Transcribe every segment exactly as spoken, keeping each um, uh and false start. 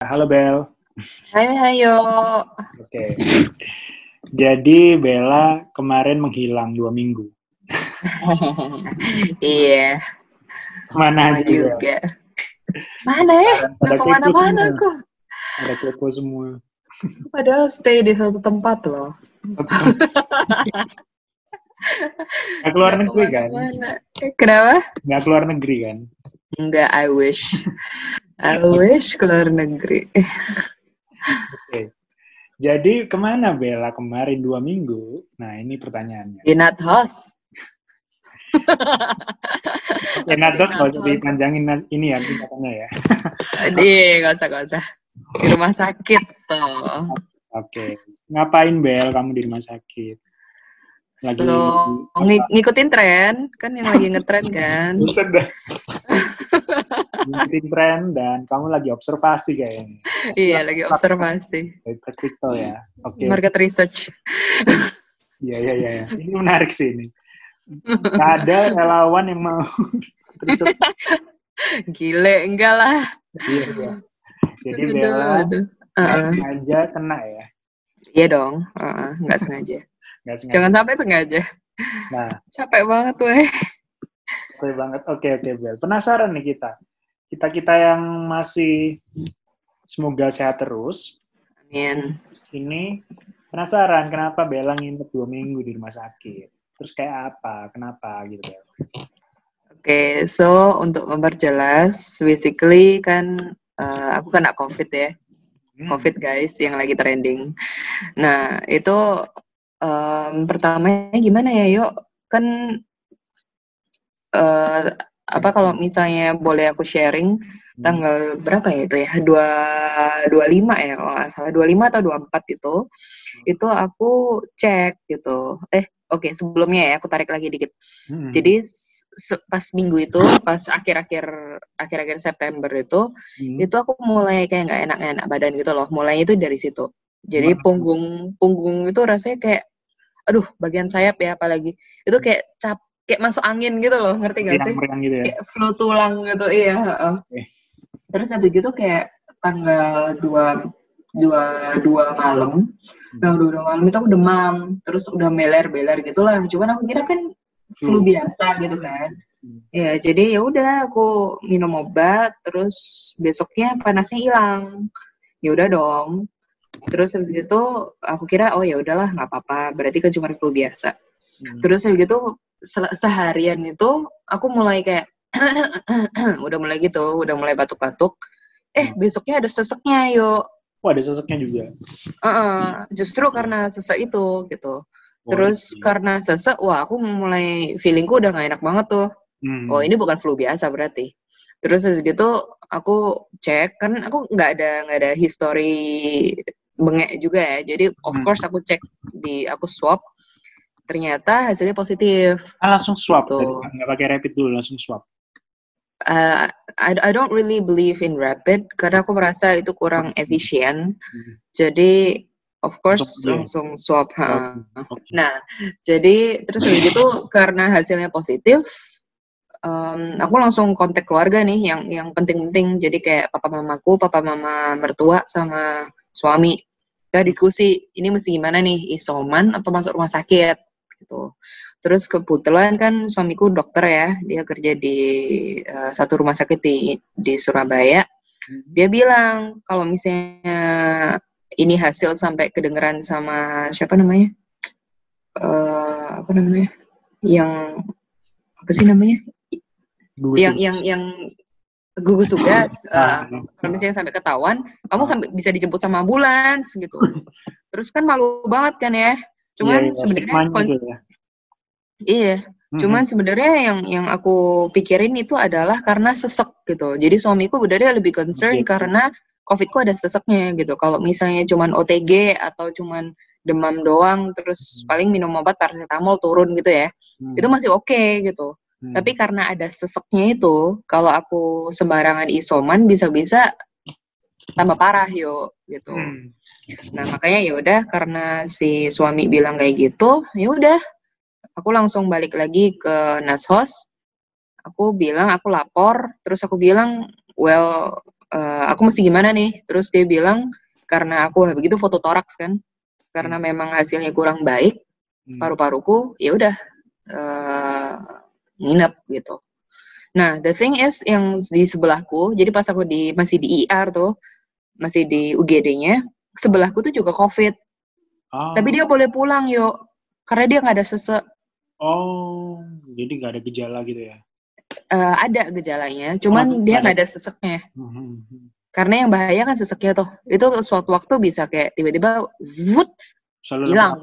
Halo Bel. Hai, hayo. Oke. Jadi Bella kemarin menghilang dua minggu. Iya, Kemana lama aja Bel? juga. Mana ya? Pada, Nggak pada kepo kemana-mana semua. aku. Pada kepo semua. Padahal stay di satu tempat loh. Satu tempat. Nggak keluar Nggak negeri kan? kemana-mana. Eh, Kenapa? Nggak keluar negeri kan? Enggak, I wish. I wish keluar negeri. Oke. Jadi kemana Bella kemarin dua minggu? Nah ini pertanyaannya. Di Nat House. Oke, Natos nggak usah dipanjangin ini ya singkatannya ya. Iya, nggak usah, nggak usah. Di rumah sakit tuh. Oke. Ngapain Bel kamu di rumah sakit? Lagi So, ng- ngikutin tren, kan yang lagi ngetren kan. Buset dah. Ngikutin tren dan kamu lagi observasi kayaknya. Iya, lagi observasi. Praktikal ya. Oke. Market research. Iya, iya, iya. Ini menarik sih ini. Nggak ada relawan yang mau riset. Gile, enggak lah. Iya, iya. Jadi Aduh, Bella aduh. nggak Uh-uh. sengaja kena ya. Iya dong, uh-uh. Nggak sengaja. Nggak sengaja. Jangan sampai sengaja. Nah, Capek banget weh. capek banget. Oke, oke Bel. Penasaran nih kita. Kita-kita yang masih semoga sehat terus. Amin. Ini penasaran kenapa Bella nginep dua minggu di rumah sakit. Terus kayak apa? Kenapa gitu Bel? Oke, okay, so untuk memperjelas, basically kan uh, aku kena COVID ya. Hmm. COVID guys, yang lagi trending. Nah, itu um, pertamanya gimana ya, yuk? Kan uh, apa kalau misalnya boleh aku sharing, tanggal berapa ya itu ya? dua puluh lima ya kalau nggak salah, dua puluh lima atau dua puluh empat itu. Itu aku cek gitu. Eh, oke, okay, sebelumnya ya aku tarik lagi dikit. Hmm. Jadi pas minggu itu, pas akhir-akhir akhir-akhir September itu, hmm. itu aku mulai kayak nggak enak-enak badan gitu loh. Mulainya itu dari situ. Jadi hmm. punggung punggung itu rasanya kayak, aduh, bagian sayap ya apalagi. Itu kayak cap kayak masuk angin gitu loh, ngerti gak sih? Gitu ya? Kayak flu tulang gitu, iya. Okay. Terus habis gitu kayak tanggal dua dua dua malam, nah dua dua malam itu aku demam, terus udah meler-beler gitulah. Cuman aku kira kan flu, flu biasa gitu kan. Hmm. Ya jadi ya udah aku minum obat, terus besoknya panasnya hilang. Ya udah dong. Terus habis gitu aku kira oh ya udahlah nggak apa-apa, berarti kan cuma flu biasa. Hmm. Terus habis gitu se- seharian itu aku mulai kayak udah mulai gitu, udah mulai batuk-batuk. Eh besoknya ada seseknya yuk. Oh, ada seseknya juga. Uh, justru karena sesek itu gitu. Terus oh, iya. Karena sesek, wah aku mulai feelingku udah gak enak banget tuh. Hmm. Oh ini bukan flu biasa berarti. Terus habis gitu aku cek, kan aku nggak ada nggak ada history bengek juga ya. Jadi of course aku cek di aku swab, ternyata hasilnya positif. Ah, langsung swab, gitu. Nggak pakai rapid dulu, langsung swab. Uh, I, I don't really believe in rapid karena aku merasa itu kurang efisien. Hmm. Jadi of course langsung, langsung swab. Ha. Okay. Nah, jadi terus habis itu karena hasilnya positif, um, aku langsung kontak keluarga nih yang yang penting-penting. Jadi kayak papa mamaku, papa mama mertua sama suami. Kita diskusi ini mesti gimana nih, isoman atau masuk rumah sakit gitu. Terus kebetulan kan suamiku dokter ya, dia kerja di uh, satu rumah sakit di di Surabaya. Dia bilang kalau misalnya ini hasil sampai kedengeran sama siapa namanya, uh, apa namanya, yang apa sih namanya, gugus yang tugas. yang yang gugus tugas, uh, kalau misalnya sampai ketahuan, kamu sampai bisa dijemput sama ambulans gitu. Terus kan malu banget kan ya. Cuman yeah, sebenarnya kons- ya. Iya, mm-hmm. Cuman sebenarnya yang yang aku pikirin itu adalah karena sesek gitu. Jadi suamiku sebenarnya lebih concern okay. Karena COVID-ku ada seseknya gitu. Kalau misalnya cuman O T G atau cuman demam doang, terus mm-hmm. paling minum obat paracetamol turun gitu ya, mm-hmm. itu masih oke okay, gitu. Mm-hmm. Tapi karena ada seseknya itu, kalau aku sembarangan isoman bisa-bisa tambah parah yo gitu. Mm-hmm. Nah makanya ya udah karena si suami bilang kayak gitu, ya udah. Aku langsung balik lagi ke Nashos. Aku bilang aku lapor, terus aku bilang, well, uh, aku mesti gimana nih? Terus dia bilang karena aku begitu foto toraks kan, karena hmm. memang hasilnya kurang baik hmm. paru-paruku, ya udah uh, nginep gitu. Nah, the thing is yang di sebelahku, jadi pas aku di masih di I R tuh, masih di U G D-nya, sebelahku tuh juga COVID. Oh. Tapi dia boleh pulang yuk, karena dia nggak ada sesek. Oh, jadi nggak ada gejala gitu ya? Uh, ada gejalanya, cuman oh, dia nggak ada seseknya. Hmm. Karena yang bahaya kan seseknya tuh. Itu suatu waktu bisa kayak tiba-tiba wut hilang.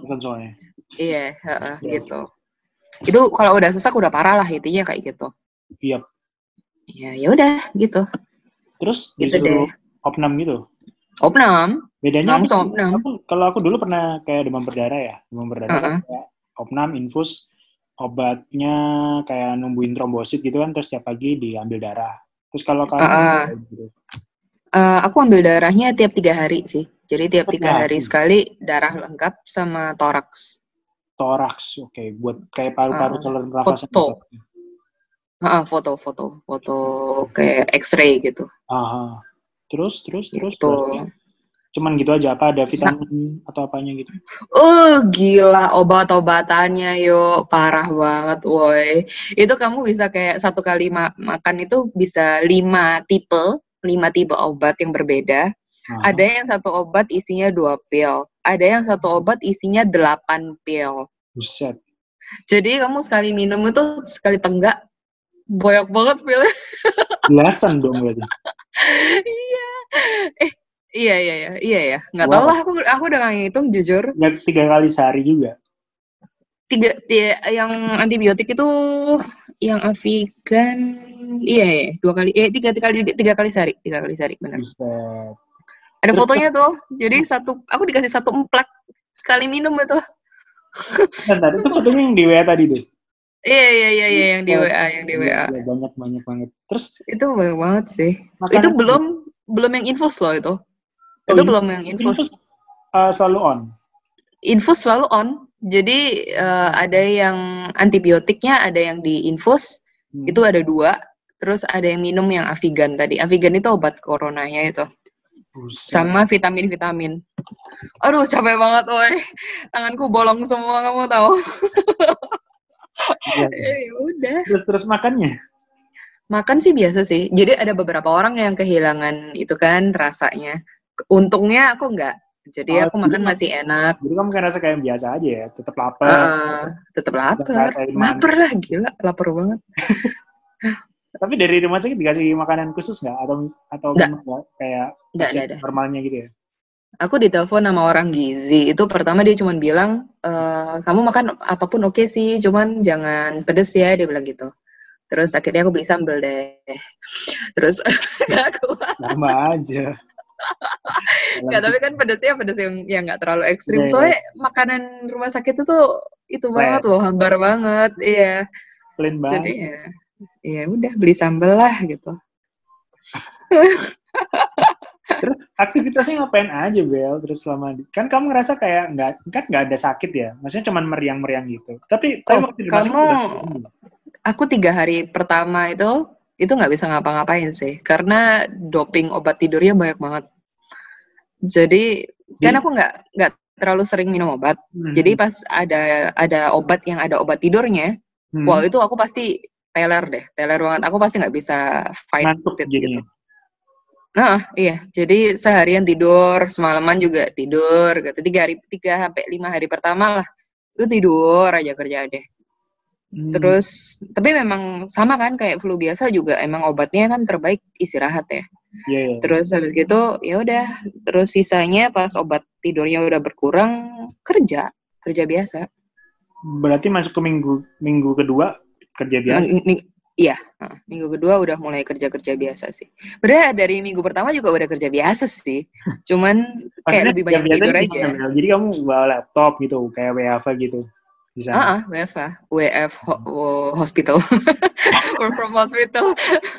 Iya, uh, yeah. gitu. Itu kalau udah sesak udah parah lah intinya kayak gitu. Iya. Yep. Ya, ya udah gitu. Terus gitu disuruh opnam gitu. Opnam. Bedanya langsung opnam. Aku, kalau aku dulu pernah kayak demam berdarah ya, demam berdarah uh-uh. kayak opnam, infus, obatnya kayak nungguin trombosit gitu kan, terus tiap pagi diambil darah. Terus kalau kamu uh-uh. gitu. Uh, aku ambil darahnya tiap tiga hari sih. Jadi tiap tiga ya, hari sekali darah lengkap sama toraks. Toraks, oke. Okay. Buat kayak paru-paru uh, saluran nafas. Foto. Uh, foto, foto, foto kayak X-ray gitu. Aha. Terus, terus, terus. Gitu. Cuman gitu aja, apa ada vitamin Sa- atau apanya gitu? Uh, gila obat-obatannya yuk, parah banget, woi. Itu kamu bisa kayak satu kali ma- makan itu bisa lima tipe, lima tipe obat yang berbeda. Aha. Ada yang satu obat isinya dua pil, ada yang satu obat isinya delapan pil. Buset. Jadi kamu sekali minum itu sekali tenggak, banyak banget pilnya. Belasan dong berarti. Iya. Eh, iya iya iya iya ya. Nggak wow. tahu lah aku aku udah nggak ngitung jujur. Nggak tiga kali sehari juga. Tiga, tiga yang antibiotik itu yang Avigan iya ya dua kali eh tiga, tiga kali tiga kali sehari tiga kali sehari benar. Buset. Ada terus, fotonya tuh. Jadi satu aku dikasih satu emplak sekali minum itu. Bentar, itu fotonya yang di W A tadi tuh. Iya iya iya iya yang di W A yang di W A. Ya, banyak banyak banget. Terus itu banyak banget sih. Itu belum itu? belum yang infus loh itu. Oh, itu belum yang infus. Infus uh, selalu on. Infus selalu on. Jadi uh, ada yang antibiotiknya, ada yang di infus. Hmm. Itu ada dua. Terus ada yang minum yang Avigan tadi. Avigan itu obat coronanya itu. Buset. Sama vitamin-vitamin. Aduh capek banget, woy. Tanganku bolong semua, kamu tahu. Ya, eh, udah. Terus terus makannya? Makan sih biasa sih. Jadi ada beberapa orang yang kehilangan itu kan rasanya. Untungnya aku enggak. Jadi oh, aku makan jadi, masih enak. Jadi kamu kan rasa kayak biasa aja ya, tetap lapar. Uh, tetap lapar. Lapar lah, gila, lapar banget. Tapi dari rumah sakit dikasih makanan khusus nggak? Atau atau nggak. kayak nggak, nggak, normalnya gitu ya? Aku ditelepon sama orang gizi. Itu pertama dia cuma bilang, e, kamu makan apapun oke okay sih, cuman jangan pedes ya, dia bilang gitu. Terus akhirnya aku beli sambal deh. Terus gak kuat. Sama aja. Nggak, tapi kan pedesnya pedes yang yang nggak terlalu ekstrim. Yeah. Soalnya makanan rumah sakit itu tuh itu Plain. banget loh, hambar banget, iya. Plain banget. Jadi ya, ya udah beli sambal lah gitu. Terus aktivitasnya ngapain aja, Bel? Terus selama di... kan kamu ngerasa kayak nggak kan nggak ada sakit ya? Maksudnya cuma meriang-meriang gitu. Tapi, oh, tapi waktu di kamu, aku tiga hari pertama itu itu nggak bisa ngapa-ngapain sih, karena doping obat tidurnya banyak banget. Jadi Di? kan aku nggak nggak terlalu sering minum obat. Hmm. Jadi pas ada ada obat yang ada obat tidurnya, hmm. wah itu aku pasti teler deh, teler banget. Aku pasti nggak bisa fight Mantuk it gitu. Nah, iya. Jadi seharian tidur, semalaman juga tidur, gitu. Tiga hari, tiga sampai lima hari pertama lah, itu tidur aja kerja deh. Hmm. Terus, tapi memang sama kan kayak flu biasa juga, emang obatnya kan terbaik istirahat ya. Yeah, yeah. Terus habis gitu, ya udah. Terus sisanya pas obat tidurnya udah berkurang, kerja, kerja biasa. Berarti masuk ke minggu minggu kedua kerja biasa. Ming, ming, Iya, minggu kedua udah mulai kerja-kerja biasa sih. Sebenarnya dari minggu pertama juga udah kerja biasa sih. Cuman kayak lebih banyak tidur aja. Gimana? Jadi kamu bawa laptop gitu, kayak W F H gitu. Ah, uh-uh, W F H, W F ho- ho- hospital, work from hospital.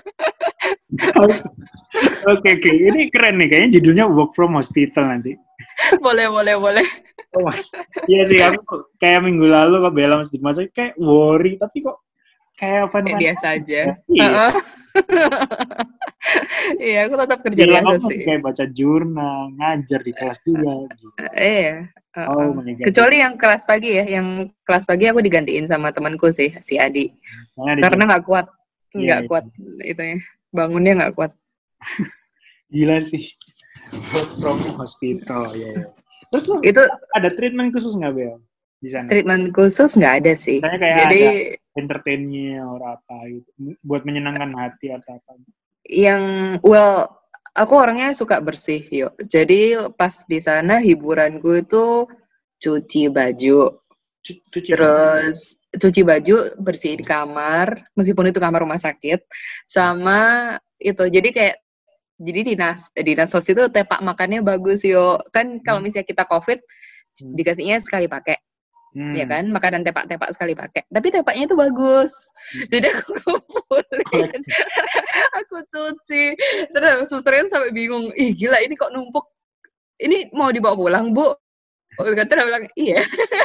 Oke oke, ini keren nih, kayaknya judulnya work from hospital nanti. Boleh boleh boleh. Oh, iya sih, aku kayak minggu lalu kok Bella masih dimasuk kayak worry, tapi kok kayak fun-fun biasa aja. Iya. Uh-uh. Iya, aku tetap kerja Gila, biasa kamu sih. kayak baca jurnal, ngajar di kelas juga. Gitu. Uh, iya. Uh, Oh, uh. Kecuali yang kelas pagi ya, yang kelas pagi aku digantiin sama temanku sih, si Adi. Nah, karena nggak kuat, nggak yeah, kuat yeah. itu ya, bangunnya nggak kuat. Gila sih, from hospital ya. Yeah. Terus, terus itu ada treatment khusus nggak Bel di sana? Treatment khusus nggak ada sih. Misalnya kayak jadi ada entertainnya atau apa gitu, buat menyenangkan hati atau apa? Yang well, aku orangnya suka bersih yuk. Jadi pas di sana hiburanku itu cuci baju, cuci terus baju. cuci baju, bersihin kamar, meskipun itu kamar rumah sakit, sama itu. Jadi kayak jadi dinas dinas sos itu tepak makannya bagus yuk. Kan kalau misalnya kita COVID hmm. dikasihnya sekali pakai. Hmm. Ya kan, makanan tepak-tepak sekali pakai. Tapi tepaknya itu bagus. Hmm. Jadi aku kumpulin. Aku cuci. Terus susternya sampai bingung. Ih gila ini kok numpuk. Ini mau dibawa pulang Bu? Kata dia bilang iya.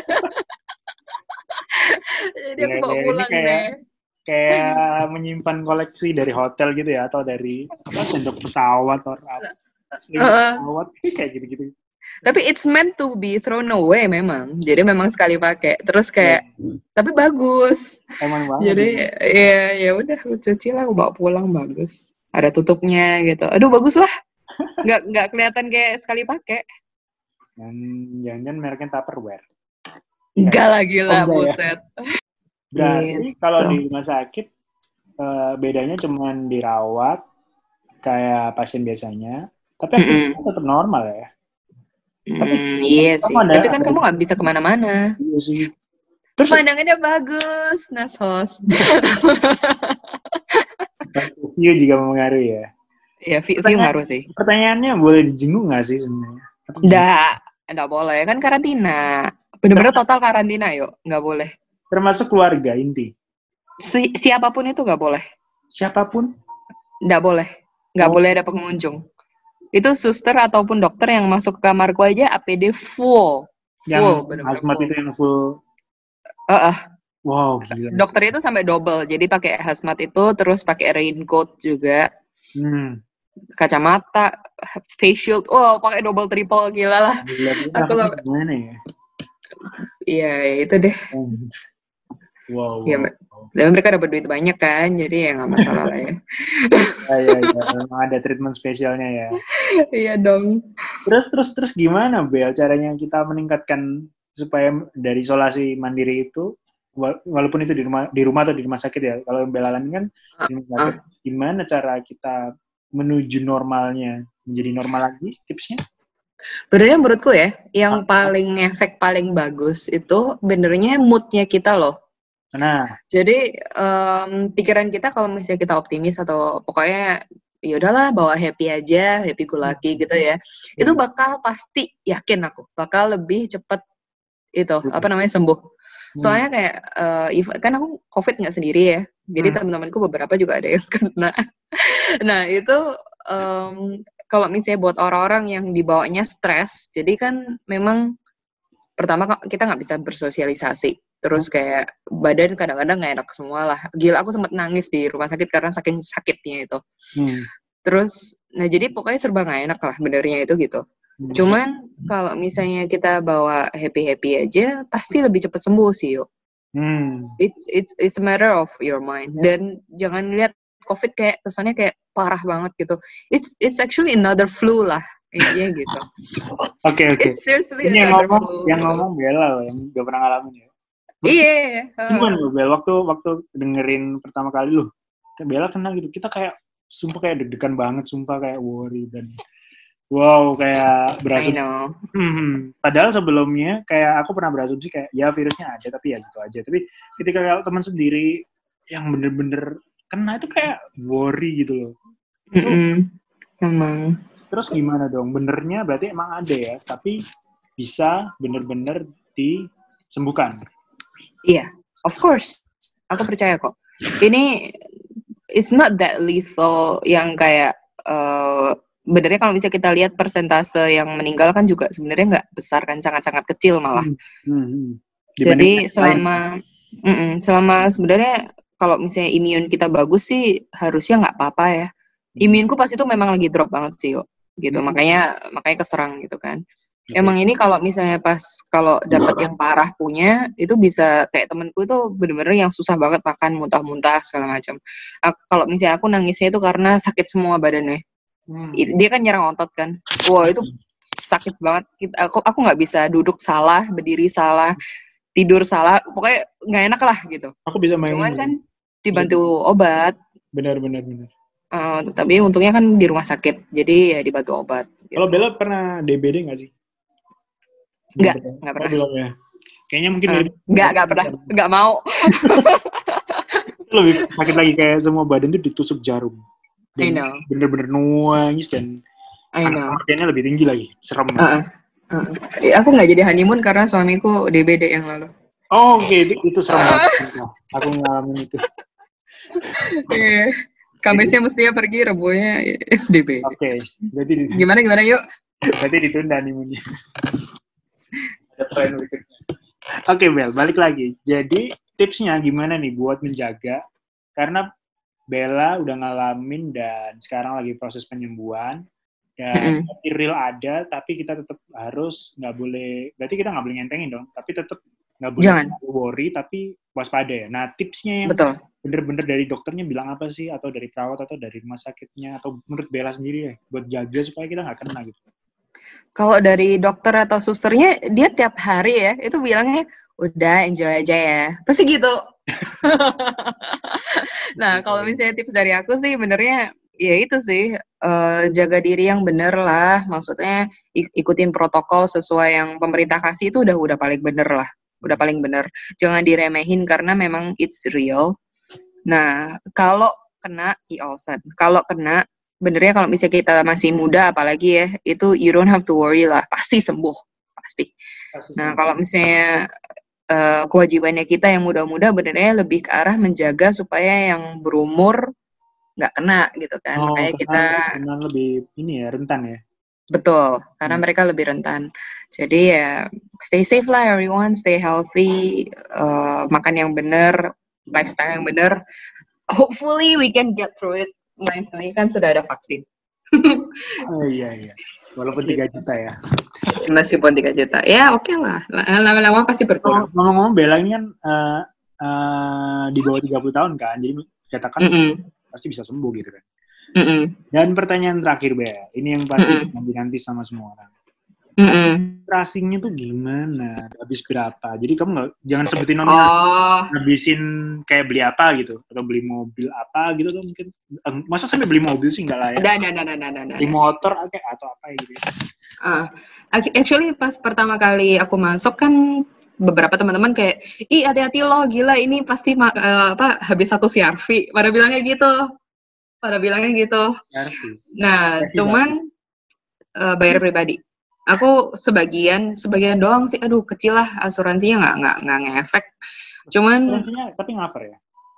Jadi aku bawa pulang kayak, deh. Kayak menyimpan koleksi dari hotel gitu ya. Atau dari apa sendok pesawat. Atau apa. Sendok uh, pesawat. Kayak gitu-gitu. Tapi it's meant to be thrown away memang. Jadi memang sekali pakai. Terus kayak yeah. tapi bagus. Emang banget. Jadi ya ya udah aku cuci lah, aku bawa pulang bagus. Ada tutupnya gitu. Aduh bagus lah. Nggak nggak kelihatan kayak sekali pakai. Dan jangan-jangan mereknya Tupperware. Enggak lah gila, oh, buset. Ya? Berarti gitu. Kalau di rumah sakit uh, bedanya cuman dirawat kayak pasien biasanya. Tapi aktivitas mm-hmm. tetap normal ya. Tapi mm, iya sih, ada, tapi kan kamu nggak bisa kemana-mana. Iya sih. Terus pandangannya bagus, Nasos. View juga mempengaruhi ya. Iya, view, view ngaruh sih. Pertanyaannya boleh dijenguk nggak sih sebenarnya? Nggak, nggak boleh kan karantina. Bener-bener total karantina yuk, nggak boleh. Termasuk keluarga inti. Si, siapapun itu nggak boleh. Siapapun? Nggak boleh, nggak oh. boleh ada pengunjung. Itu suster ataupun dokter yang masuk ke kamarku aja A P D full. Yang full, hazmat itu yang full. Uh, uh. Wow, gila. Dokter itu sampai double. Jadi pakai hazmat itu, terus pakai raincoat juga. Hmm. Kacamata, face shield. Oh, pakai double triple gila lah. Gila, aku lah. Gimana ya? Iya, itu deh. Wow. Ya, wow. Dan mereka dapat duit banyak kan, jadi ya nggak masalah lah ya. Iya, iya, memang ada treatment spesialnya ya. Iya dong. Terus, terus, terus gimana Bel caranya kita meningkatkan supaya dari isolasi mandiri itu, walaupun itu di rumah, di rumah atau di rumah sakit ya, kalau Bel alami kan, uh, uh. gimana cara kita menuju normalnya, menjadi normal lagi, tipsnya? Benernya menurutku ya, yang ah, paling efek paling bagus itu benernya moodnya kita loh. Nah, jadi um, pikiran kita kalau misalnya kita optimis atau pokoknya ya udahlah bawa happy aja, happy go lucky gitu ya, hmm. itu bakal pasti yakin aku bakal lebih cepat itu hmm. apa namanya sembuh. Hmm. Soalnya kayak uh, kan aku COVID nggak sendiri ya, jadi hmm. teman-temanku beberapa juga ada yang kena. Nah itu um, kalau misalnya buat orang-orang yang dibawanya stres, jadi kan memang pertama kita nggak bisa bersosialisasi. Terus kayak badan kadang-kadang nggak enak semua lah. Gila aku sempat nangis di rumah sakit karena saking sakitnya itu. Hmm. Terus, nah jadi pokoknya serba nggak enak lah benernya itu gitu. Hmm. Cuman kalau misalnya kita bawa happy-happy aja, pasti lebih cepat sembuh sih yuk. Hmm. It's it's it's a matter of your mind. Dan jangan lihat COVID kayak kesannya kayak parah banget gitu. It's it's actually another flu lah. Intinya gitu. Oke oke. Ini yang ngomong flu, yang ngomong Bella loh, yang gak pernah ngalamin ya. Iya. Uh. Gimana lo Bel waktu waktu dengerin pertama kali lo, kayak Bella kena gitu, kita kayak sumpah kayak deg-degan banget, sumpah kayak worry dan wow kayak berasumsi. Hmm, padahal sebelumnya kayak aku pernah berasumsi kayak ya virusnya ada tapi ya gitu aja. Tapi ketika teman sendiri yang bener-bener kena itu kayak worry gitu loh. So, emang. Terus gimana dong? Benernya berarti emang ada ya, tapi bisa bener-bener disembuhkan. Iya, yeah, of course. Aku percaya kok. Ini it's not that lethal yang kayak uh, benernya kalau misalnya kita lihat persentase yang meninggal kan juga sebenarnya nggak besar kan, sangat-sangat kecil malah. Hmm. Hmm. Jadi selama mm-mm, selama sebenarnya kalau misalnya imun kita bagus sih harusnya nggak apa-apa ya. Imunku pas itu memang lagi drop banget sih, yuk. Gitu. Hmm. Makanya makanya keserang gitu kan. Okay. Emang ini kalau misalnya pas kalau dapat yang parah punya itu bisa kayak temenku itu bener-bener yang susah banget makan muntah-muntah segala macam. Kalau misalnya aku nangisnya itu karena sakit semua badannya. Hmm. Dia kan nyerang otot kan. Wah, itu sakit banget. Aku aku nggak bisa duduk salah, berdiri salah, tidur salah. Pokoknya nggak enak lah gitu. Aku bisa main. Cuman kan dibantu obat. Benar benar benar. Uh, tapi untungnya kan di rumah sakit. Jadi ya dibantu obat. Gitu. Kalau Bella pernah D B D nggak sih? Enggak, enggak pernah. Oh, belum ya. Kayaknya mungkin uh, enggak, enggak pernah. Enggak mau. Lebih sakit lagi kayak semua badan tuh ditusuk jarum. Dan I know. Bener-bener nangis dan kematiannya lebih tinggi lagi. Serem. Uh, uh, uh. Aku nggak jadi honeymoon karena suamiku D B D yang lalu. Oh, oke. Okay. Itu, itu serem banget. Aku ngalamin itu. Yeah. Kamisnya mestinya pergi, Rebonya D B D. Oke. Okay. Berarti ditunda. Gimana, gimana yuk? Berarti ditunda honeymoonnya. Oke okay, Bel, balik lagi. Jadi tipsnya gimana nih buat menjaga? Karena Bella udah ngalamin dan sekarang lagi proses penyembuhan. Dan mm-hmm. real ada, tapi kita tetap harus nggak boleh. Berarti kita nggak boleh ngentengin dong. Tapi tetap nggak boleh Jangan. worry, tapi waspada ya. Nah tipsnya yang Betul. bener-bener dari dokternya bilang apa sih? Atau dari perawat atau dari rumah sakitnya? Atau menurut Bella sendiri ya? Buat jaga supaya kita nggak kena gitu. Kalau dari dokter atau susternya, dia tiap hari ya, itu bilangnya, udah enjoy aja ya. Pasti gitu. Nah, kalau misalnya tips dari aku sih, benernya, ya itu sih, uh, jaga diri yang bener lah. Maksudnya, ik- ikutin protokol sesuai yang pemerintah kasih itu udah udah paling bener lah. Udah paling bener. Jangan diremehin karena memang it's real. Nah, kalau kena, ya Olsen. Kalau kena, benernya kalau misalnya kita masih muda apalagi ya, itu you don't have to worry lah, pasti sembuh, pasti. pasti nah, sembuh. Kalau misalnya uh, kewajibannya kita yang muda-muda benernya lebih ke arah menjaga supaya yang berumur nggak kena gitu kan. Oh, makanya kita kena lebih ini ya, rentan ya. Betul, karena hmm. mereka lebih rentan. Jadi ya stay safe lah everyone, stay healthy, uh, makan yang bener, lifestyle yang bener. Hopefully we can get through it. Nicely, kan sudah ada vaksin. Oh iya iya. Walaupun tiga juta ya. Meskipun tiga juta. Ya oke okay lah. Lama-lama pasti berkurang. Ngomong-ngomong Bella ini kan uh, uh, di bawah tiga puluh tahun kan. Jadi katakan mm-mm. pasti bisa sembuh gitu kan. Mm-mm. Dan pertanyaan terakhir Bella, ini yang pasti nanti-nanti sama semua orang. Tracingnya tuh gimana? Habis berapa? Jadi kamu nggak jangan sebutin nominal. Oh. Habisin kayak beli apa gitu atau beli mobil apa gitu tuh mungkin. Masa sampai beli mobil sih nggak lah ya? Nah, nah, nah, nah, nah, nah. Beli motor okay, atau apa gitu. Uh, actually pas pertama kali aku masuk kan beberapa teman-teman kayak, ih hati-hati loh, gila ini pasti ma- uh, apa habis satu C R V. Pada bilangnya gitu. Pada bilangnya gitu. C R V. Nah, Kasih cuman uh, bayar pribadi. Aku sebagian, sebagian doang sih. Aduh, kecil lah asuransinya nggak nggak nggak ngefek. Cuman asuransinya tapi ngaver ya?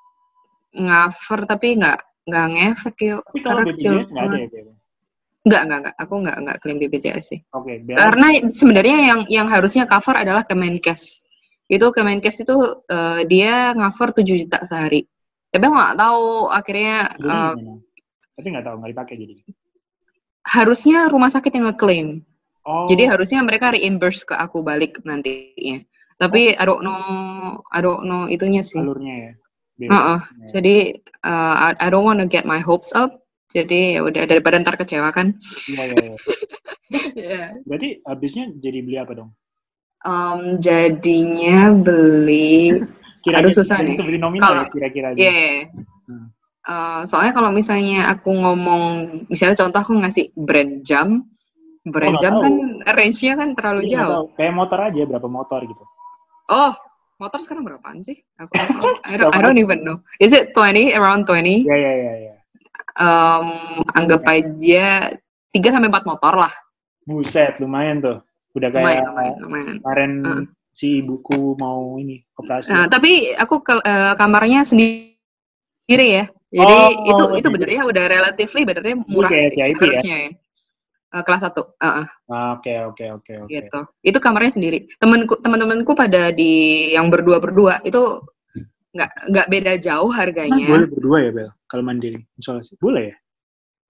Ngaver tapi nggak nggak ngefek yuk. Tapi kalau B P J S nggak ada ya? Nggak nggak nggak. Aku nggak nggak klaim B P J S sih. Oke. Okay, karena sebenarnya yang yang harusnya cover adalah Kemenkes. Itu Kemenkes itu uh, dia cover tujuh juta sehari. Tapi aku nggak tahu akhirnya. Uh, tapi nggak tahu nggak dipakai jadi. Harusnya rumah sakit yang ngeklaim. Oh. Jadi harusnya mereka reimburse ke aku balik nantinya. Tapi oh. I don't know, I don't know itunya sih. Alurnya ya. Uh-uh. Ya. Jadi uh, I, I don't want to get my hopes up. Jadi ya udah daripada ntar kecewa kan. Iya iya. Ya. yeah. Berarti habisnya jadi beli apa dong? Um, jadinya beli. Kira-kira, aduh susah nih. Beli nominal ya kira-kira aja. Iya. Yeah. Hmm. Uh, soalnya kalau misalnya aku ngomong, misalnya contoh aku ngasih brand jam. Brand oh, jam kan range-nya kan terlalu iya, jauh. Kayak motor aja, berapa motor gitu. Oh, motor sekarang berapaan sih? Aku, I, don't, I don't even know. Is it twenty? Around twenty? Iya, iya, iya. Ya. Um, anggap aja tiga sampai empat motor lah. Buset, lumayan tuh. Udah kayak lumayan, lumayan, lumayan. kemarin uh. si ibuku mau ini, operasi. Nah, tapi aku ke, uh, kamarnya sendiri ya. Jadi oh, itu oh, itu benernya udah relatively benernya murah sih. Harusnya ya. ya. Uh, kelas satu. Uh-uh. Oke, oke, oke, oke. Gitu. Itu kamarnya sendiri. Temanku, teman-temanku pada di yang berdua-berdua itu nggak nggak beda jauh harganya. Nah, boleh berdua ya, Bel? Kalau mandiri, insolasi. Boleh ya?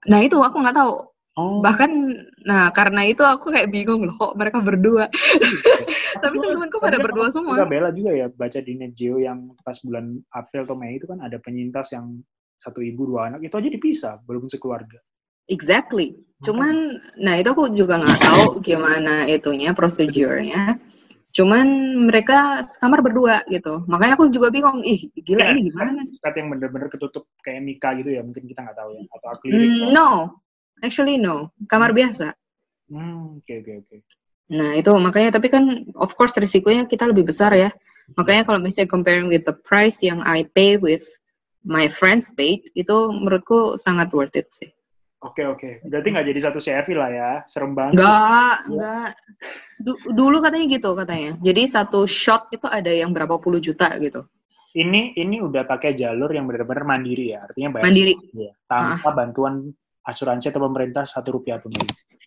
Nah itu aku nggak tahu. Oh. Bahkan, nah karena itu aku kayak bingung loh, kok mereka berdua. Tapi teman-temanku pada berdua semua. Juga Bella juga ya, baca di Net Geo yang pas bulan April atau Mei itu kan ada penyintas yang satu ibu dua anak, itu aja dipisah, belum sekeluarga. Exactly. Cuman, nah itu aku juga nggak tahu gimana itunya, prosedurnya. Cuman mereka sekamar berdua gitu. Makanya aku juga bingung, ih gila ya, ini gimana? Sekat yang bener-bener ketutup kayak Mika gitu ya, mungkin kita nggak tahu ya. Atau akrilik. Mm, no, actually no. Kamar hmm. biasa. Hmm, oke, oke, oke. Nah itu makanya, tapi kan of course risikonya kita lebih besar ya. Makanya kalau misalnya comparing with the price yang I pay with my friends paid, itu menurutku sangat worth it sih. Oke, oke. Berarti nggak jadi satu C F I lah ya? Serem banget. Nggak, nggak. Du- dulu katanya gitu katanya. Jadi satu shot itu ada yang berapa puluh juta gitu. Ini ini udah pakai jalur yang benar-benar mandiri ya? Artinya bayar mandiri. Ya, tanpa ah. bantuan asuransi atau pemerintah satu rupiah pun.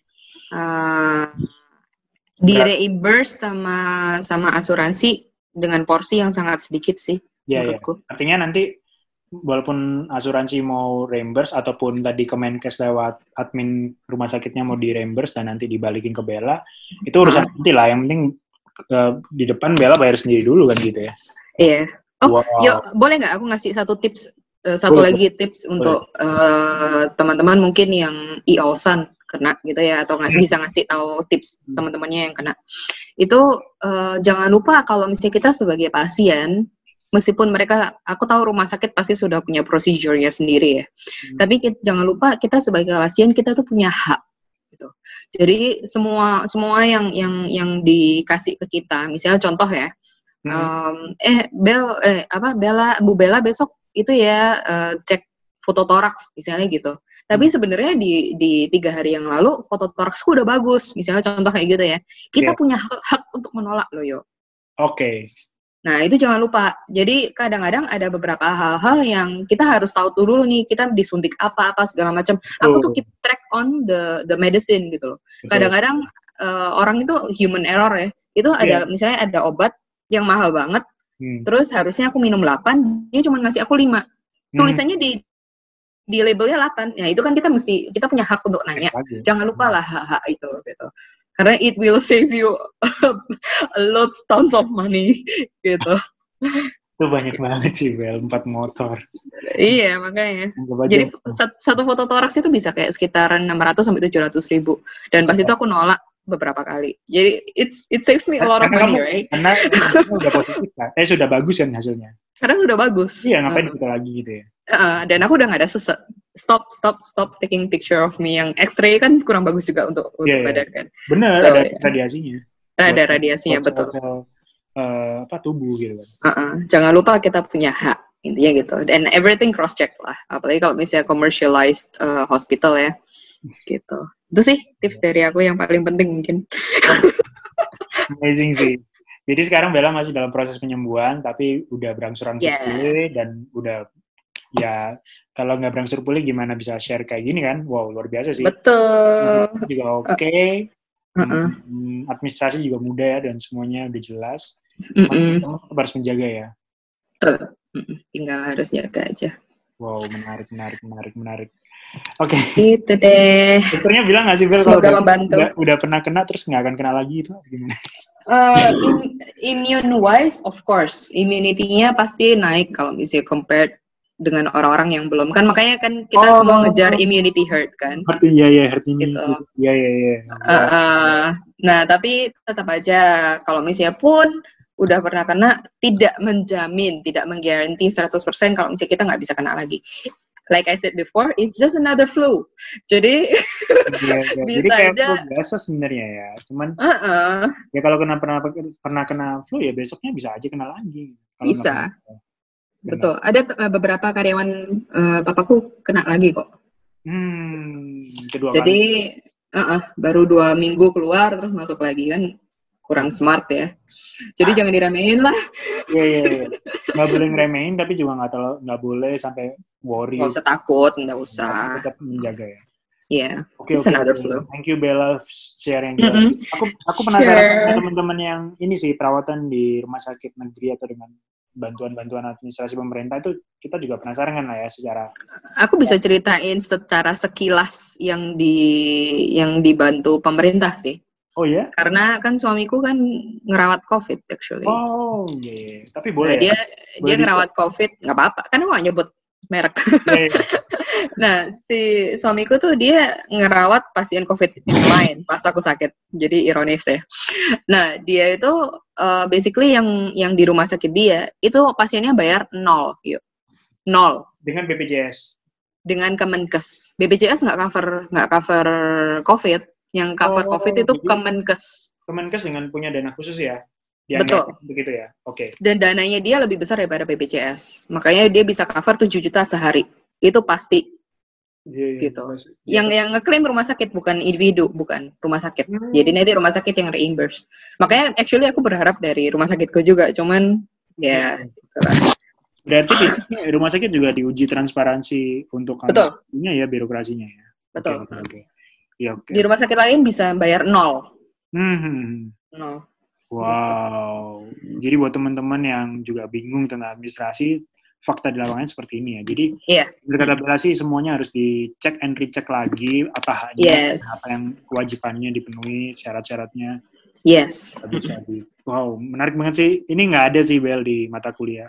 Uh, di reimburse sama sama asuransi dengan porsi yang sangat sedikit sih ya, menurutku. Ya. Artinya nanti walaupun asuransi mau reimburse ataupun tadi Kemenkes lewat admin rumah sakitnya mau di reimburse dan nanti dibalikin ke Bella, itu urusan uh-huh. nanti lah. Yang penting uh, di depan Bella bayar sendiri dulu kan gitu ya. Iya. Oh, wow. Yuk boleh nggak aku ngasih satu tips, uh, satu boleh, lagi tips boleh. Untuk uh, teman-teman mungkin yang i-Olsan kena gitu ya, atau nggak bisa ngasih tahu tips teman-temannya yang kena. Itu uh, jangan lupa kalau misalnya kita sebagai pasien, meskipun mereka, aku tahu rumah sakit pasti sudah punya prosedurnya sendiri ya, hmm. tapi kita, jangan lupa kita sebagai pasien kita tuh punya hak gitu. Jadi semua semua yang yang yang dikasih ke kita, misalnya contoh ya, hmm. um, eh Bel eh apa Bella Bu Bella besok itu ya uh, cek foto toraks misalnya gitu. Tapi sebenarnya di di tiga hari yang lalu foto toraksku udah bagus, misalnya contoh kayak gitu ya. Kita yeah. punya hak, hak untuk menolak loh yo. Oke. Okay. Nah itu jangan lupa. Jadi kadang-kadang ada beberapa hal-hal yang kita harus tahu tuh dulu nih. Kita disuntik apa-apa segala macam. Aku tuh keep track on the the medicine gitu loh. Kadang-kadang uh, orang itu human error ya. Itu ada yeah. misalnya ada obat yang mahal banget. Hmm. Terus harusnya aku minum delapan, dia cuma ngasih aku lima. Tulisannya hmm. di di labelnya delapan. Ya itu kan kita mesti kita punya hak untuk nanya. Ya, jangan lupa lah hak-hak itu gitu. Karena it will save you a lot tons of money gitu. Itu banyak banget sih Bel, empat motor. Iya makanya. Jadi satu foto toraks itu bisa kayak sekitaran enam ratus sampai tujuh ratus ribu. Dan pas itu aku nolak beberapa kali. Jadi it's it saves me a lot of money, right? Karena udah positif kan. Eh sudah bagus kan hasilnya. Karena sudah bagus. Iya ngapain uh, kita lagi gitu ya. Uh, dan aku udah gak ada sesek. Stop, stop, stop taking picture of me. Yang X-ray kan kurang bagus juga untuk, untuk yeah, badan kan. Bener, so, ada yeah. radiasinya. Ada radiasinya, betul. Sel, uh, apa, tubuh gitu kan. Uh-uh. Jangan lupa kita punya hak, intinya gitu. Dan everything cross-check lah. Apalagi kalau misalnya commercialized uh, hospital ya. Gitu. Itu sih tips dari aku yang paling penting mungkin. Amazing sih. Jadi sekarang Bella masih dalam proses penyembuhan, tapi udah berangsur-angsur yeah. pulih dan udah ya kalau nggak berangsur pulih gimana bisa share kayak gini kan? Wow luar biasa sih. Betul. Juga oke. Okay. Uh-uh. Hmm, administrasi juga mudah ya dan semuanya udah jelas. Mm-mm. Kamu harus menjaga ya. Betul. Tinggal harus jaga aja. Wow menarik menarik menarik menarik. Oke. Okay. Itu deh. Dokternya bilang nggak sih Bel kalau udah, udah, udah pernah kena terus nggak akan kena lagi itu gimana? Uh, in, immune wise of course immunity-nya pasti naik kalau misalnya compared dengan orang-orang yang belum kan, makanya kan kita oh, semua ngejar oh. immunity herd kan. Herd iya ya herd ini. Gitu. Iya iya iya. Nah tapi tetap aja kalau misalnya pun udah pernah kena tidak menjamin, tidak menggaranti seratus persen kalau misalnya kita nggak bisa kena lagi. Like I said before, it's just another flu. Jadi ya, ya. bisa Jadi kayak aja. Flu biasa sebenarnya ya. Cuman uh-uh. ya kalau kena pernah pernah kena flu ya besoknya bisa aja kena lagi. Kalau bisa. Betul. Ada uh, beberapa karyawan uh, papaku kena lagi kok. Hmm. Kedua Jadi uh-uh, baru dua minggu keluar terus masuk lagi kan kurang smart ya. Jadi jangan diremehin lah. Iya iya. iya. Nggak boleh ngeremehin tapi juga nggak terlalu nggak boleh sampai worry. Nggak usah takut, nggak usah. Tetap menjaga ya. Iya. Yeah. Oke okay, oke. Okay. Thank you Bella sharing. Mm-hmm. Aku aku penasaran sure. teman-teman yang ini sih perawatan di rumah sakit negeri atau dengan bantuan-bantuan administrasi pemerintah itu kita juga penasaran kan lah ya secara. Aku bisa ceritain secara sekilas yang di yang dibantu pemerintah sih. Oh ya? Karena kan suamiku kan ngerawat COVID actually. Oh iya, yeah. Tapi boleh. Nah, dia ya? Boleh dia ngerawat COVID nggak apa-apa, kan aku nggak nyebut merek. Yeah, yeah. Nah, si suamiku tuh dia ngerawat pasien COVID yang lain pas aku sakit. Jadi ironis ya. Nah, dia itu uh, basically yang yang di rumah sakit dia itu pasiennya bayar nol, yuk. Nol. Dengan B P J S. Dengan Kemenkes. B P J S nggak cover nggak cover COVID. Yang cover oh, COVID itu Kemenkes. Kemenkes dengan punya dana khusus ya? Betul. Begitu ya? Oke. Okay. Dan dananya dia lebih besar daripada B P J S. Makanya dia bisa cover tujuh juta sehari. Itu pasti. Yeah, yeah, gitu. Yeah. Yang yang ngeklaim rumah sakit bukan individu, bukan rumah sakit. Hmm. Jadi nanti rumah sakit yang reimburse. Makanya actually aku berharap dari rumah sakitku juga, cuman ya yeah. Berarti di rumah sakit juga diuji transparansi untuk kampusnya ya, birokrasinya ya. Betul. Okay, okay. Ya, okay. Di rumah sakit lain bisa bayar nol. Hmm. Nol. Wow. Gitu. Jadi buat teman-teman yang juga bingung tentang administrasi, fakta di lapangan seperti ini ya. Jadi yeah. berkata Bella sih semuanya harus dicek and recheck lagi apa hanya yes. apa yang kewajibannya dipenuhi, syarat-syaratnya. Yes. Bisa di. Wow, menarik banget sih. Ini nggak ada sih Bel di mata kuliah.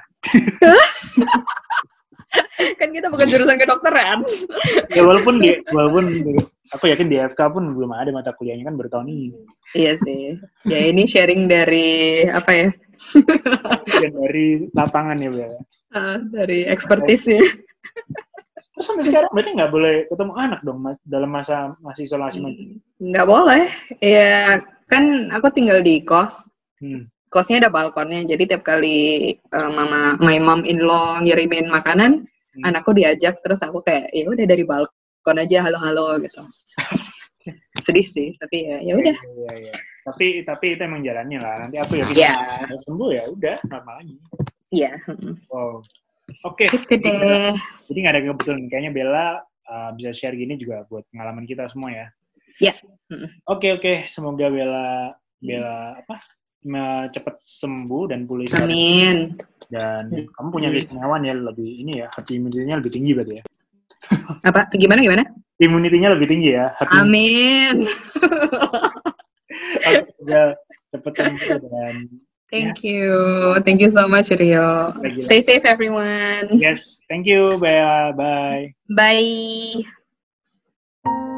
Kan kita bukan jurusan kedokteran. Ya walaupun di, walaupun di, aku yakin di F K pun belum ada mata kuliahnya kan baru tahun ini. Iya sih. Ya ini sharing dari apa ya? Dari lapangan ya Bel. Uh, dari ekspertisnya. Terus sampai sekarang berarti nggak boleh ketemu anak dong mas, dalam masa masih isolasi? Nggak boleh. Ya kan aku tinggal di kos. Hmm. Kosnya ada balkonnya, jadi tiap kali uh, mama, my mom in law ngirimin makanan, hmm. anakku diajak, terus aku kayak ya udah dari balkon aja halo-halo gitu. Sedih sih, tapi ya ya udah. Iya, iya, iya. Tapi tapi itu emang jalannya lah. Nanti aku yakin yeah. saya sembuh ya udah normal lagi. Iya. Yeah. Wow. Oke. Okay. Gitu deh. Jadi nggak ada kebetulan. Kayaknya Bella uh, bisa share gini juga buat pengalaman kita semua ya. Iya. Yeah. Oke okay, oke. Okay. Semoga Bella Bella apa? cepat sembuh dan pulih. Amin. Dan hmm. kamu punya keistimewaan ya lebih ini ya, hard immunity-nya lebih tinggi berarti ya. Apa? Gimana gimana? Imunitinya lebih tinggi ya. Amin. Semoga cepat sembuh dan. Thank ya. you, thank you so much Rio. Stay safe everyone. Yes, thank you, Bella. Bye. Bye.